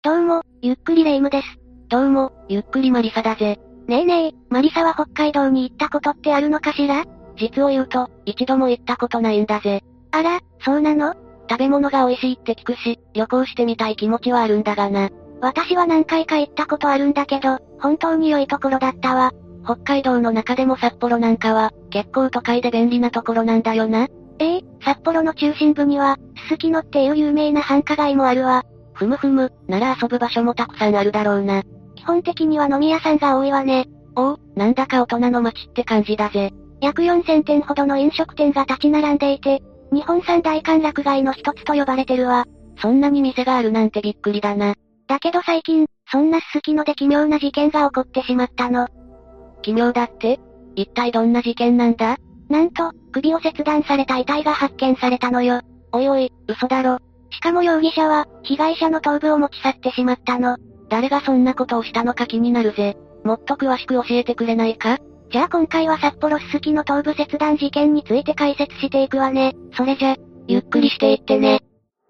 どうも、ゆっくりレ夢ムです。 どうも、ゆっくりマリサだぜ。 ねえねえ、マリサは北海道に行ったことってあるのかしら？ 実を言うと、一度も行ったことないんだぜ。 あら、そうなの？ 食べ物が美味しいって聞くし、旅行してみたい気持ちはあるんだがな。 私は何回か行ったことあるんだけど、本当に良いところだったわ。 北海道の中でも札幌なんかは、結構都会で便利なところなんだよな。 札幌の中心部には、すすきのっていう有名な繁華街もあるわ。 ふむふむ、なら遊ぶ場所もたくさんあるだろうな。 基本的には飲み屋さんが多いわね。 おお、なんだか大人の街って感じだぜ。 約4000店ほどの飲食店が立ち並んでいて、日本三大歓楽街の一つと呼ばれてるわ。 そんなに店があるなんてびっくりだな。 だけど最近、そんなすすきので奇妙な事件が起こってしまったの。 奇妙だって？一体どんな事件なんだ？ なんと、首を切断された遺体が発見されたのよ。 おいおい、嘘だろ。 しかも容疑者は、被害者の頭部を持ち去ってしまったの。 誰がそんなことをしたのか気になるぜ。もっと詳しく教えてくれないか？ じゃあ今回は札幌すすきの頭部切断事件について解説していくわね。それじゃ、 ゆっくりしていってね。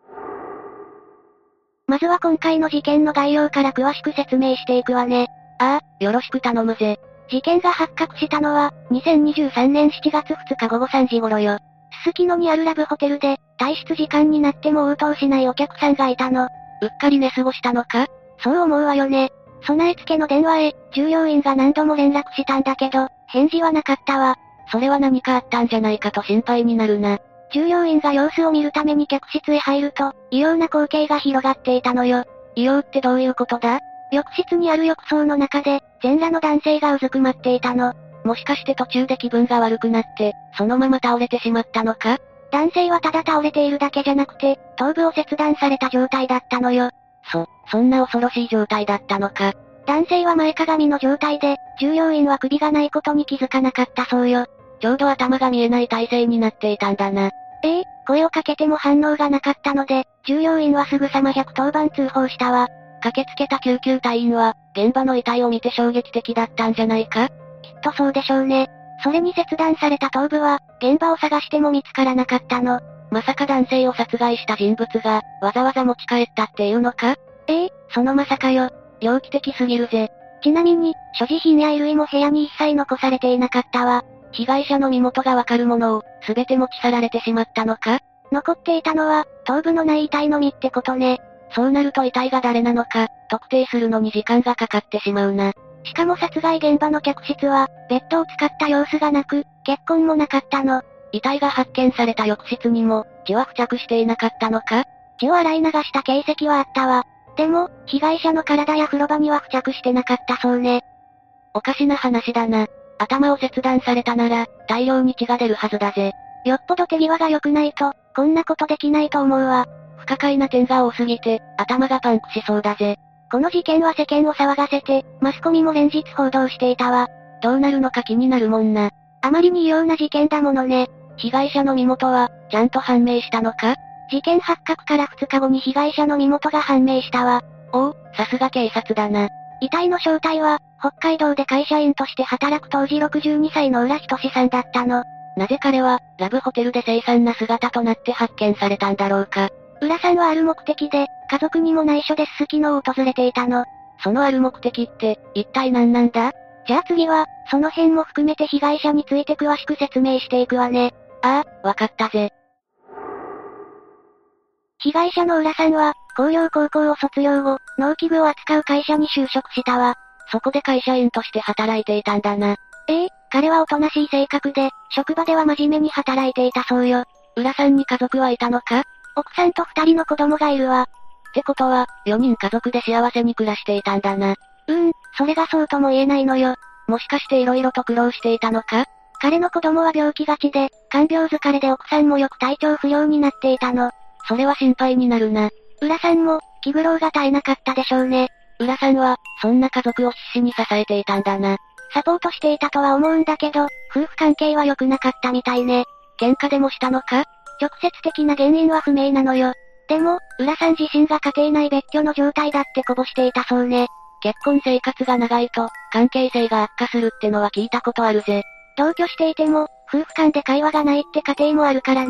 まずは今回の事件の概要から詳しく説明していくわね。 ああ、よろしく頼むぜ。 事件が発覚したのは、2023年7月2日午後3時頃よ。すすきのにあるラブホテルで、退出時間になっても応答しないお客さんがいたの。 うっかり寝過ごしたのか？ そう思うわよね。備え付けの電話へ、従業員が何度も連絡したんだけど、返事はなかったわ。 それは何かあったんじゃないかと心配になるな。 従業員が様子を見るために客室へ入ると、異様な光景が広がっていたのよ。 異様ってどういうことだ？ 浴室にある浴槽の中で、全裸の男性がうずくまっていたの。 もしかして途中で気分が悪くなって、そのまま倒れてしまったのか？ 男性はただ倒れているだけじゃなくて、頭部を切断された状態だったのよ。 そんな恐ろしい状態だったのか。 男性は前かがみの状態で、従業員は首がないことに気づかなかったそうよ。 ちょうど頭が見えない体勢になっていたんだな。 声をかけても反応がなかったので、従業員はすぐさま110番通報したわ。 駆けつけた救急隊員は、現場の遺体を見て衝撃的だったんじゃないか？ きっとそうでしょうね。それに切断された頭部は、現場を探しても見つからなかったの。 まさか男性を殺害した人物が、わざわざ持ち帰ったっていうのか？ そのまさかよ。 猟奇的すぎるぜ。 ちなみに、所持品や衣類も部屋に一切残されていなかったわ。 被害者の身元がわかるものを、すべて持ち去られてしまったのか？ 残っていたのは、頭部のない遺体のみってことね。 そうなると遺体が誰なのか、特定するのに時間がかかってしまうな。 しかも殺害現場の客室は、ベッドを使った様子がなく、血痕もなかったの。 遺体が発見された浴室にも、血は付着していなかったのか？ 血を洗い流した形跡はあったわ。でも、被害者の体や風呂場には付着してなかったそうね。 おかしな話だな。頭を切断されたなら、大量に血が出るはずだぜ。 よっぽど手際が良くないと、こんなことできないと思うわ。 不可解な点が多すぎて、頭がパンクしそうだぜ。 この事件は世間を騒がせて、マスコミも連日報道していたわ。 どうなるのか気になるもんな。 あまりに異様な事件だものね。 被害者の身元は、ちゃんと判明したのか？ 事件発覚から2日後に被害者の身元が判明したわ。 おお、さすが警察だな。 遺体の正体は、北海道で会社員として働く当時62歳の浦仁さんだったの。 なぜ彼は、ラブホテルで凄惨な姿となって発見されたんだろうか。 浦さんはある目的で、家族にも内緒ですすきのを訪れていたの。 そのある目的って、一体何なんだ？ じゃあ次は、その辺も含めて被害者について詳しく説明していくわね。 ああ、わかったぜ。 被害者の浦さんは、工業高校を卒業後、農機具を扱う会社に就職したわ。 そこで会社員として働いていたんだな。 彼はおとなしい性格で、職場では真面目に働いていたそうよ。 浦さんに家族はいたのか？ 奥さんと2人の子供がいるわ。 ってことは、4人家族で幸せに暮らしていたんだな。 それがそうとも言えないのよ。 もしかして色々と苦労していたのか？ 彼の子供は病気がちで、看病疲れで奥さんもよく体調不良になっていたの。 それは心配になるな。 浦さんも、気苦労が絶えなかったでしょうね。 浦さんは、そんな家族を必死に支えていたんだな。 サポートしていたとは思うんだけど、夫婦関係は良くなかったみたいね。 喧嘩でもしたのか？ 直接的な原因は不明なのよ。でも、浦さん自身が家庭内別居の状態だってこぼしていたそうね。 結婚生活が長いと、関係性が悪化するってのは聞いたことあるぜ。 同居していても、夫婦間で会話がないって家庭もあるからね。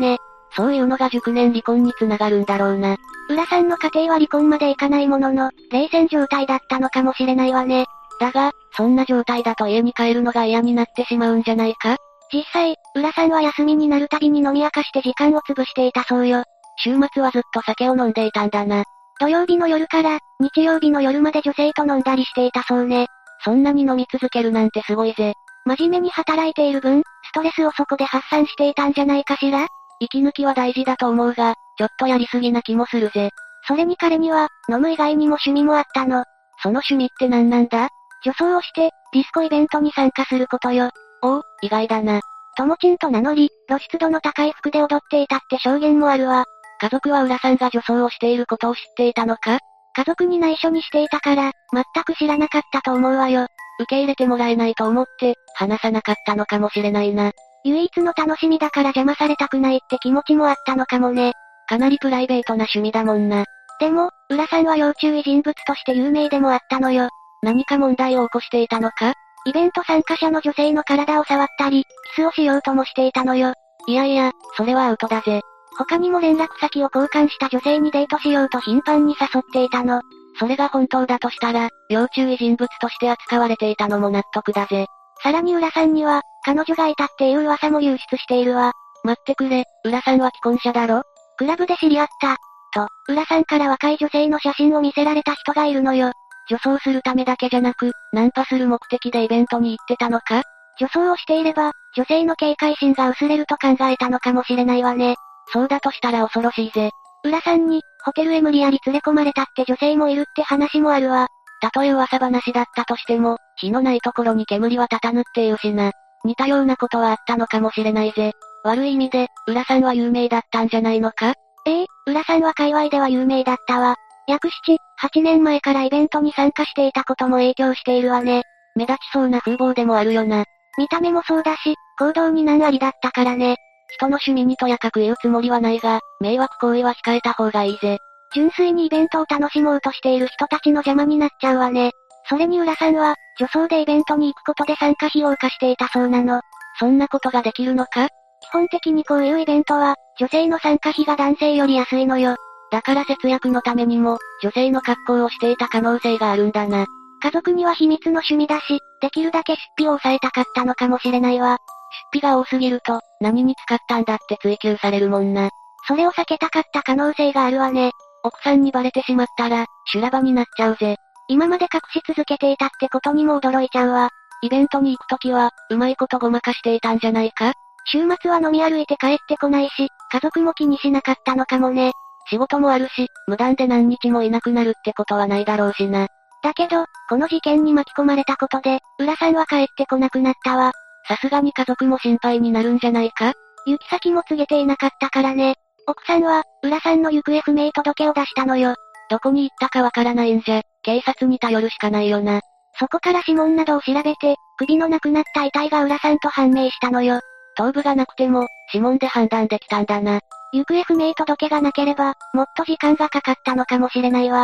そういうのが熟年離婚につながるんだろうな。 浦さんの家庭は離婚までいかないものの、冷戦状態だったのかもしれないわね。 だが、そんな状態だと家に帰るのが嫌になってしまうんじゃないか？ 実際、浦さんは休みになるたびに飲み明かして時間を潰していたそうよ。 週末はずっと酒を飲んでいたんだな。 土曜日の夜から、日曜日の夜まで女性と飲んだりしていたそうね。 そんなに飲み続けるなんてすごいぜ。 真面目に働いている分、ストレスをそこで発散していたんじゃないかしら？ 息抜きは大事だと思うが、ちょっとやりすぎな気もするぜ。 それに彼には、飲む以外にも趣味もあったの。 その趣味って何なんだ？ 女装をして、ディスコイベントに参加することよ。 おお、意外だな。 ともちんと名乗り、露出度の高い服で踊っていたって証言もあるわ。 家族は浦さんが女装をしていることを知っていたのか？ 家族に内緒にしていたから、全く知らなかったと思うわよ。 受け入れてもらえないと思って、話さなかったのかもしれないな。 唯一の楽しみだから邪魔されたくないって気持ちもあったのかもね。 かなりプライベートな趣味だもんな。 でも、浦さんは要注意人物として有名でもあったのよ。 何か問題を起こしていたのか？ イベント参加者の女性の体を触ったり、キスをしようともしていたのよ。 いやいや、それはアウトだぜ。 他にも連絡先を交換した女性にデートしようと頻繁に誘っていたの。 それが本当だとしたら、要注意人物として扱われていたのも納得だぜ。 さらに浦さんには、彼女がいたっていう噂も流出しているわ。 待ってくれ、浦さんは既婚者だろ？ クラブで知り合った。と、浦さんから若い女性の写真を見せられた人がいるのよ。 女装するためだけじゃなく、ナンパする目的でイベントに行ってたのか？ 女装をしていれば、女性の警戒心が薄れると考えたのかもしれないわね。 そうだとしたら恐ろしいぜ。 浦さんに、ホテルへ無理やり連れ込まれたって女性もいるって話もあるわ。 たとえ噂話だったとしても、火のないところに煙は立たぬっていうしな。似たようなことはあったのかもしれないぜ。悪い意味で、浦さんは有名だったんじゃないのか？ 浦さんは界隈では有名だったわ。約7、8年前からイベントに参加していたことも影響しているわね。 目立ちそうな風貌でもあるよな。 見た目もそうだし、行動に難ありだったからね。 人の趣味にとやかく言うつもりはないが、迷惑行為は控えた方がいいぜ。 純粋にイベントを楽しもうとしている人たちの邪魔になっちゃうわね。それに浦さんは、女装でイベントに行くことで参加費を浮かしていたそうなの。 そんなことができるのか？ 基本的にこういうイベントは、女性の参加費が男性より安いのよ。 だから節約のためにも、女性の格好をしていた可能性があるんだな。 家族には秘密の趣味だし、できるだけ出費を抑えたかったのかもしれないわ。 出費が多すぎると、何に使ったんだって追及されるもんな。 それを避けたかった可能性があるわね。 奥さんにバレてしまったら、修羅場になっちゃうぜ。 今まで隠し続けていたってことにも驚いちゃうわ。 イベントに行くときは、うまいことごまかしていたんじゃないか？ 週末は飲み歩いて帰ってこないし、家族も気にしなかったのかもね。 仕事もあるし、無断で何日もいなくなるってことはないだろうしな。 だけど、この事件に巻き込まれたことで、浦さんは帰ってこなくなったわ。 さすがに家族も心配になるんじゃないか？ 行き先も告げていなかったからね。奥さんは、浦さんの行方不明届を出したのよ。 どこに行ったかわからないんじゃ、警察に頼るしかないよな。 そこから指紋などを調べて、首のなくなった遺体が浦さんと判明したのよ。 頭部がなくても、指紋で判断できたんだな。 行方不明届がなければ、もっと時間がかかったのかもしれないわ。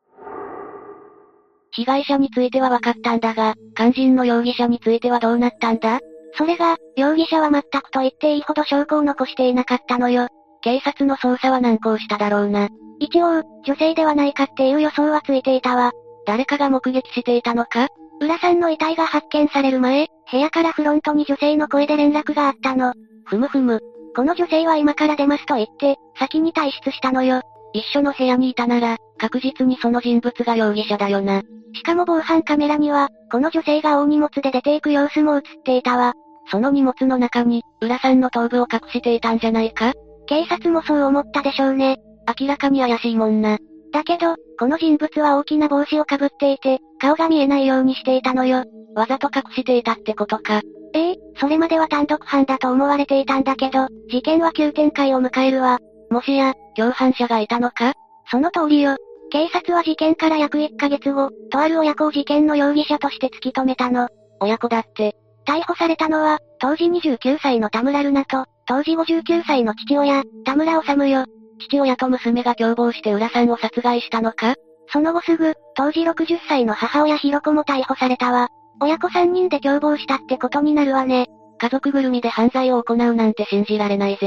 被害者については分かったんだが、肝心の容疑者についてはどうなったんだ？ それが、容疑者は全くと言っていいほど証拠を残していなかったのよ。 警察の捜査は難航しただろうな。 一応、女性ではないかっていう予想はついていたわ。 誰かが目撃していたのか？ 浦さんの遺体が発見される前、部屋からフロントに女性の声で連絡があったの。 ふむふむ。 この女性は今から出ますと言って、先に退出したのよ。 一緒の部屋にいたなら、確実にその人物が容疑者だよな。 しかも防犯カメラには、この女性が大荷物で出ていく様子も映っていたわ。 その荷物の中に、浦さんの頭部を隠していたんじゃないか？ 警察もそう思ったでしょうね。 明らかに怪しいもんな。 だけど、この人物は大きな帽子をかぶっていて、顔が見えないようにしていたのよ。 わざと隠していたってことか。 それまでは単独犯だと思われていたんだけど、事件は急展開を迎えるわ。 もしや、共犯者がいたのか？ その通りよ。警察は事件から約1ヶ月後、とある親子を事件の容疑者として突き止めたの。 親子だって。 逮捕されたのは、当時29歳の田村瑠奈と、当時59歳の父親、田村治よ。 父親と娘が共謀して浦さんを殺害したのか？ その後すぐ、当時60歳の母親ひろ子も逮捕されたわ。親子3人で共謀したってことになるわね。 家族ぐるみで犯罪を行うなんて信じられないぜ。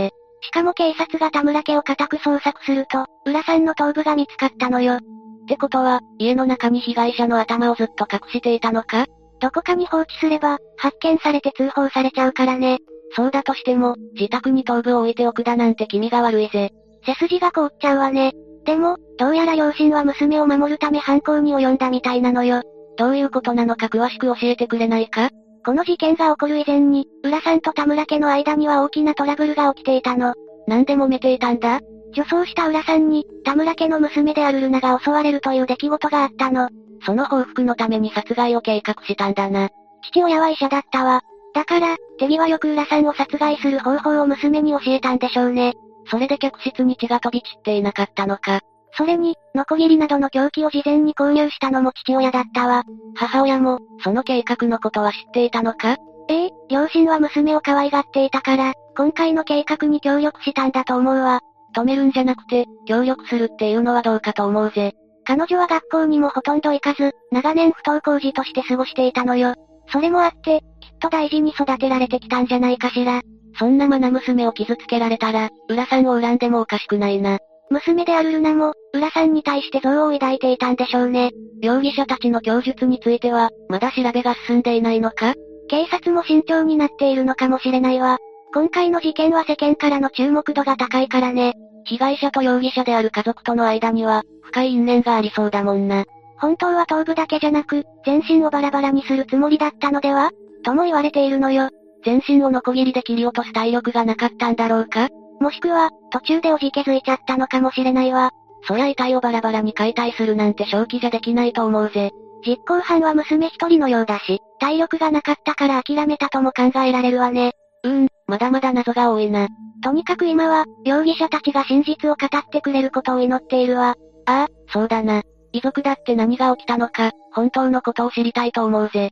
しかも警察が田村家を家宅捜索すると、浦さんの頭部が見つかったのよ。 ってことは、家の中に被害者の頭をずっと隠していたのか？ どこかに放置すれば、発見されて通報されちゃうからね。 そうだとしても、自宅に頭部を置いておくだなんて気味が悪いぜ。 背筋が凍っちゃうわね。でも、どうやら両親は娘を守るため犯行に及んだみたいなのよ。 どういうことなのか詳しく教えてくれないか？ この事件が起こる以前に、浦さんと田村家の間には大きなトラブルが起きていたの。 なんで揉めていたんだ？ 女装した浦さんに、田村家の娘であるルナが襲われるという出来事があったの。 その報復のために殺害を計画したんだな。 父親は医者だったわ。だから、手際よく浦さんを殺害する方法を娘に教えたんでしょうね。 それで客室に血が飛び散っていなかったのか。 それに、ノコギリなどの凶器を事前に購入したのも父親だったわ。 母親も、その計画のことは知っていたのか？ 両親は娘を可愛がっていたから、今回の計画に協力したんだと思うわ。 止めるんじゃなくて、協力するっていうのはどうかと思うぜ。 彼女は学校にもほとんど行かず、長年不登校児として過ごしていたのよ。それもあって、きっと大事に育てられてきたんじゃないかしら。 そんな愛娘を傷つけられたら、浦さんを恨んでもおかしくないな。 娘であるルナも、浦さんに対して憎悪を抱いていたんでしょうね。 容疑者たちの供述については、まだ調べが進んでいないのか？ 警察も慎重になっているのかもしれないわ。今回の事件は世間からの注目度が高いからね。 被害者と容疑者である家族との間には、深い因縁がありそうだもんな。 本当は頭部だけじゃなく、全身をバラバラにするつもりだったのでは？とも言われているのよ。 全身をノコギリで切り落とす体力がなかったんだろうか？ もしくは、途中でおじけづいちゃったのかもしれないわ。 そりゃ遺体をバラバラに解体するなんて正気じゃできないと思うぜ。 実行犯は娘一人のようだし、体力がなかったから諦めたとも考えられるわね。 まだまだ謎が多いな。 とにかく今は、容疑者たちが真実を語ってくれることを祈っているわ。 ああ、そうだな。遺族だって何が起きたのか、本当のことを知りたいと思うぜ。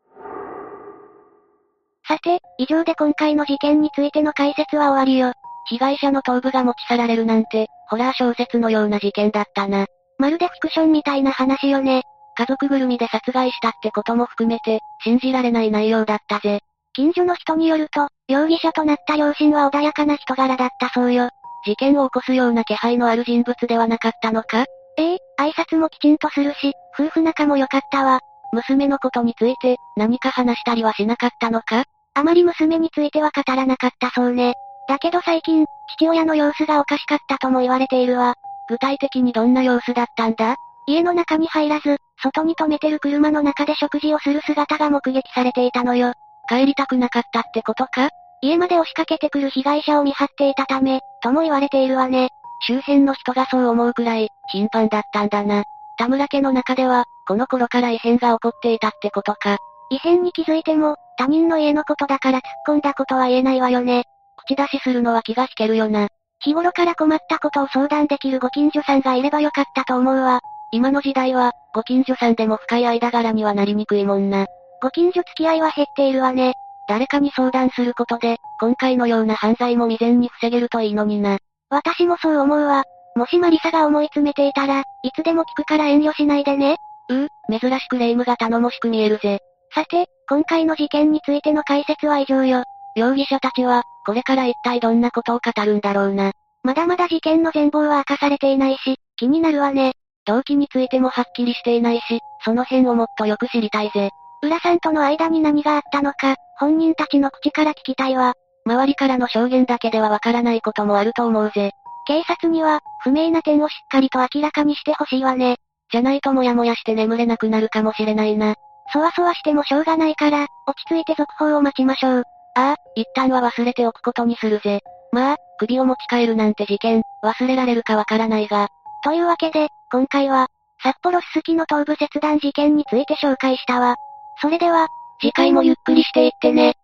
さて、以上で今回の事件についての解説は終わりよ。 被害者の頭部が持ち去られるなんて、ホラー小説のような事件だったな。 まるでフィクションみたいな話よね。 家族ぐるみで殺害したってことも含めて、信じられない内容だったぜ。 近所の人によると、容疑者となった両親は穏やかな人柄だったそうよ。 事件を起こすような気配のある人物ではなかったのか？ 挨拶もきちんとするし、夫婦仲も良かったわ。 娘のことについて、何か話したりはしなかったのか？ あまり娘については語らなかったそうね。だけど最近、父親の様子がおかしかったとも言われているわ。 具体的にどんな様子だったんだ？ 家の中に入らず、外に止めてる車の中で食事をする姿が目撃されていたのよ。 帰りたくなかったってことか？ 家まで押しかけてくる被害者を見張っていたため、とも言われているわね。 周辺の人がそう思うくらい、頻繁だったんだな。田村家の中では、この頃から異変が起こっていたってことか。 異変に気づいても、他人の家のことだから突っ込んだことは言えないわよね。 口出しするのは気が引けるよな。 日頃から困ったことを相談できるご近所さんがいればよかったと思うわ。 今の時代は、ご近所さんでも深い間柄にはなりにくいもんな。 ご近所付き合いは減っているわね。 誰かに相談することで、今回のような犯罪も未然に防げるといいのにな。 私もそう思うわ。もしマリサが思い詰めていたら、いつでも聞くから遠慮しないでね。 珍しく霊夢が頼もしく見えるぜ。 さて、今回の事件についての解説は以上よ。 容疑者たちは、これから一体どんなことを語るんだろうな。 まだまだ事件の全貌は明かされていないし、気になるわね。 動機についてもはっきりしていないし、その辺をもっとよく知りたいぜ。 浦さんとの間に何があったのか、本人たちの口から聞きたいわ。 周りからの証言だけではわからないこともあると思うぜ。 警察には、不明な点をしっかりと明らかにしてほしいわね。 じゃないともやもやして眠れなくなるかもしれないな。 そわそわしてもしょうがないから、落ち着いて続報を待ちましょう。 一旦は忘れておくことにするぜ。まあ、首を持ち帰るなんて事件、忘れられるかわからないが。 というわけで、今回は、札幌すすきの頭部切断事件について紹介したわ。それでは、 次回もゆっくりしていってね。